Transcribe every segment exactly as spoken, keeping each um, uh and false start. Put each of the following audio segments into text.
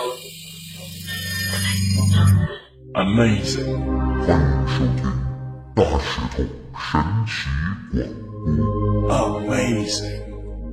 Amazing， 欢迎收听大石头神奇广播。 Amazing。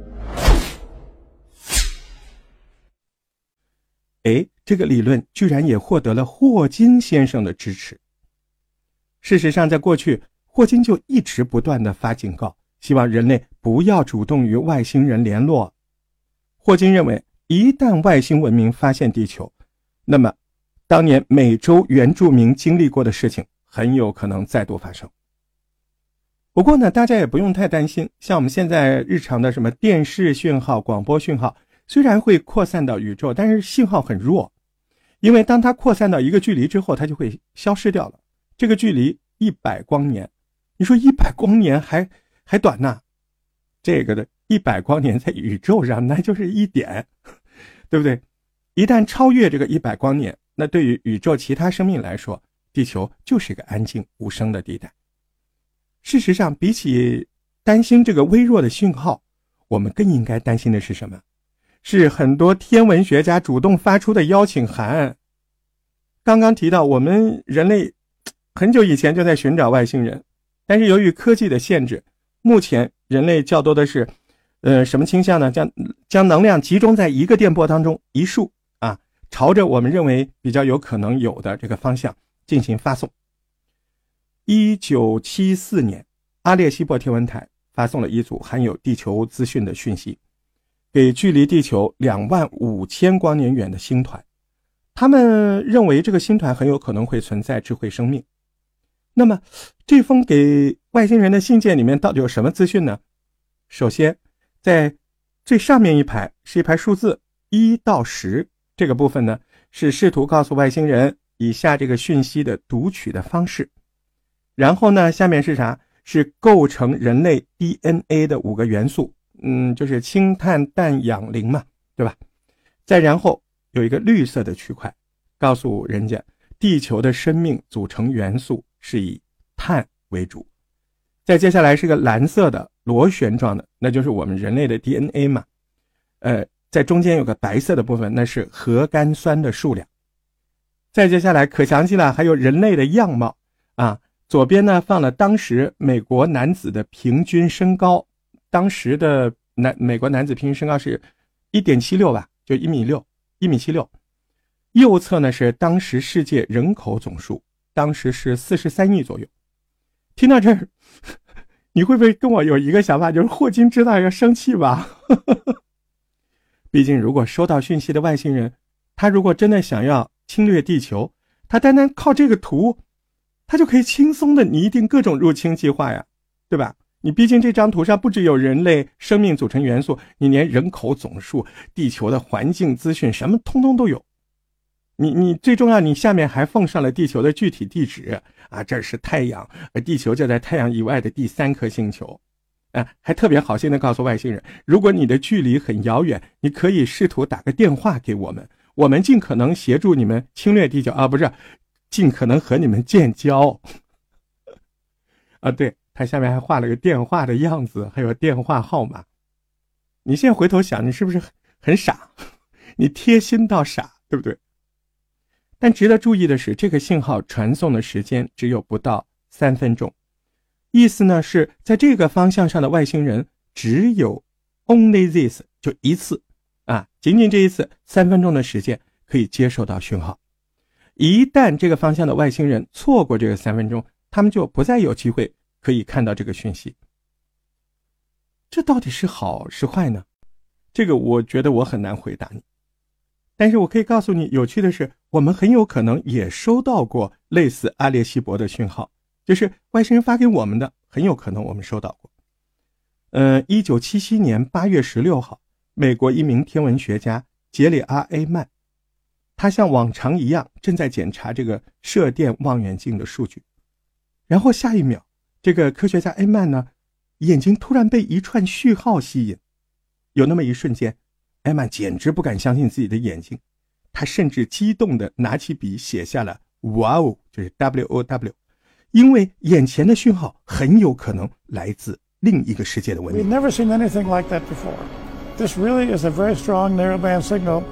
哎，这个理论居然也获得了霍金先生的支持。事实上，在过去，霍金就一直不断地发警告，希望人类不要主动与外星人联络。霍金认为，一旦外星文明发现地球，那么当年美洲原住民经历过的事情很有可能再度发生。不过呢，大家也不用太担心，像我们现在日常的什么电视讯号、广播讯号，虽然会扩散到宇宙，但是信号很弱，因为当它扩散到一个距离之后，它就会消失掉了。这个距离一百光年，你说一百光年还还短呢？这个的一百光年在宇宙上那就是一点，对不对？一旦超越这个一百光年，那对于宇宙其他生命来说，地球就是一个安静无声的地带。事实上，比起担心这个微弱的讯号，我们更应该担心的是什么？是很多天文学家主动发出的邀请函。刚刚提到，我们人类很久以前就在寻找外星人，但是由于科技的限制，目前人类较多的是呃，什么倾向呢？将将能量集中在一个电波当中，一束啊，朝着我们认为比较有可能有的这个方向进行发送。一九七四年，阿列西博天文台发送了一组含有地球资讯的讯息，给距离地球两万五千光年远的星团。他们认为这个星团很有可能会存在智慧生命。那么，这封给外星人的信件里面到底有什么资讯呢？首先，在最上面一排是一排数字一到十，这个部分呢是试图告诉外星人以下这个讯息的读取的方式。然后呢，下面是啥？是构成人类 D N A 的五个元素，嗯，就是氢、碳、氮、氧、磷嘛，对吧？再然后有一个绿色的区块，告诉人家地球的生命组成元素是以碳为主。再接下来是个蓝色的螺旋状的，那就是我们人类的 D N A 嘛。呃，在中间有个白色的部分，那是核苷酸的数量。再接下来可详细了，还有人类的样貌啊。左边呢放了当时美国男子的平均身高，当时的男美国男子平均身高是 一点七六 吧，就一米六，一米七六。右侧呢是当时世界人口总数，当时是四十三亿左右。听到这儿，你会不会跟我有一个想法，就是霍金知道要生气吧？毕竟如果收到讯息的外星人，他如果真的想要侵略地球，他单单靠这个图，他就可以轻松的拟定各种入侵计划呀，对吧？你毕竟这张图上不只有人类生命组成元素，你连人口总数、地球的环境资讯什么通通都有。你你最重要，你下面还奉上了地球的具体地址啊，这是太阳，而地球就在太阳以外的第三颗星球。啊，还特别好心的告诉外星人，如果你的距离很遥远，你可以试图打个电话给我们，我们尽可能协助你们侵略地球啊，不是，尽可能和你们建交。啊，对，他下面还画了个电话的样子，还有电话号码。你现在回头想，你是不是很傻？你贴心到傻，对不对？但值得注意的是，这个信号传送的时间只有不到三分钟。意思呢是在这个方向上的外星人只有 only this 就一次啊，仅仅这一次三分钟的时间可以接收到讯号。一旦这个方向的外星人错过这个三分钟，他们就不再有机会可以看到这个讯息。这到底是好是坏呢？这个我觉得我很难回答你。但是我可以告诉你，有趣的是，我们很有可能也收到过类似阿列西博的讯号，就是外星人发给我们的，很有可能我们收到过。呃，一九七七年八月十六号，美国一名天文学家杰里阿 A 曼，他像往常一样正在检查这个射电望远镜的数据，然后下一秒，这个科学家 A 曼呢，眼睛突然被一串序号吸引，有那么一瞬间， A 曼简直不敢相信自己的眼睛，他甚至激动地拿起笔写下了 wow， 就是 W O W， 因为眼前的讯号很有可能来自另一个世界的文明。 We've never seen anything like that before. This really is a very strong narrowband signal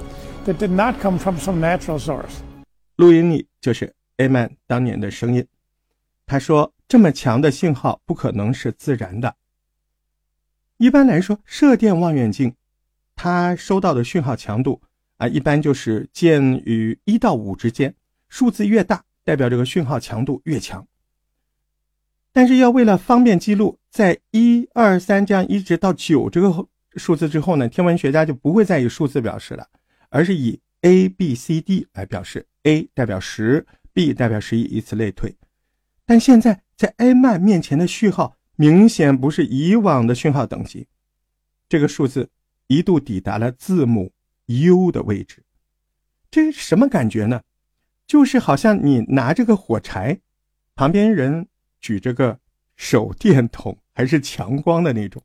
that did not come from some natural source. 录音里就是埃曼当年的声音，他说这么强的信号不可能是自然的。一般来说，射电望远镜它收到的讯号强度啊，一般就是介于一到五之间，数字越大代表这个讯号强度越强。但是要为了方便记录，在一、二、三这样一直到九这个数字之后呢，天文学家就不会再以数字表示了，而是以 A、B、C、D 来表示， A 代表十， B 代表十一，以此类推。但现在在埃曼面前的序号明显不是以往的讯号等级，这个数字一度抵达了字母 U 的位置。这是什么感觉呢？就是好像你拿着个火柴，旁边人举着个手电筒，还是强光的那种。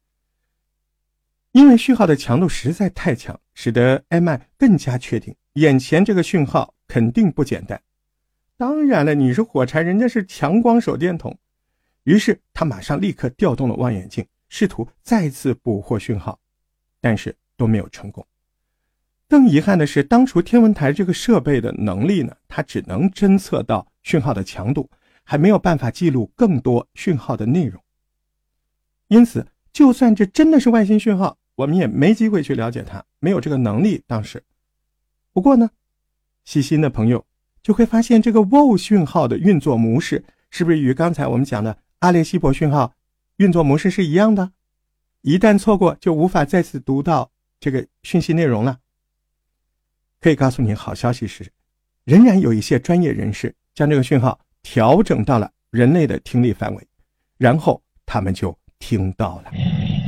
因为序号的强度实在太强，使得埃曼更加确定眼前这个讯号肯定不简单。当然了，你是火柴，人家是强光手电筒。于是他马上立刻调动了望远镜，试图再次捕获讯号，但是都没有成功。更遗憾的是，当初天文台这个设备的能力呢，它只能侦测到讯号的强度，还没有办法记录更多讯号的内容。因此就算这真的是外星讯号，我们也没机会去了解它，没有这个能力当时。不过呢，细心的朋友就会发现，这个 W O 讯号的运作模式是不是与刚才我们讲的阿列西博讯号运作模式是一样的？一旦错过，就无法再次读到这个讯息内容了。可以告诉你好消息是，仍然有一些专业人士将这个讯号调整到了人类的听力范围，然后他们就听到了。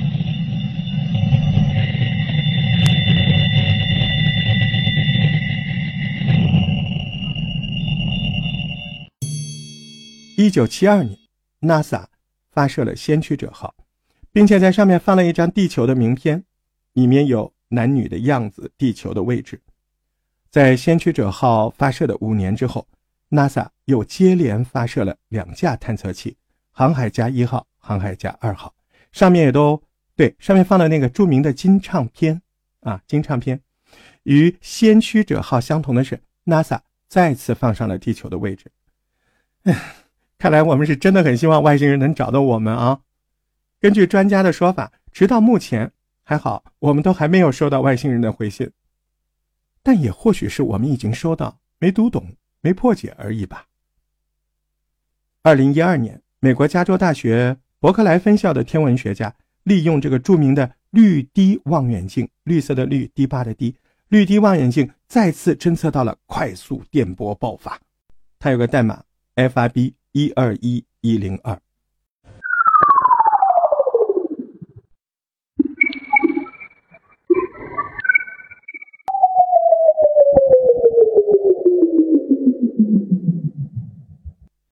一九七二年 NASA 发射了先驱者号，并且在上面放了一张地球的名片，里面有男女的样子，地球的位置。在先驱者号发射的五年之后， NASA 又接连发射了两架探测器，航海家一号、航海家二号，上面也都对，上面放了那个著名的金唱片啊，金唱片。与先驱者号相同的是， NASA 再次放上了地球的位置。看来我们是真的很希望外星人能找到我们啊。根据专家的说法，直到目前还好，我们都还没有收到外星人的回信，但也或许是我们已经收到，没读懂，没破解而已吧。二零一二年，美国加州大学伯克莱分校的天文学家利用这个著名的绿滴望远镜，绿色的绿，滴巴的滴，绿滴望远镜再次侦测到了快速电波爆发。它有个代码 F R B 一二一一零二，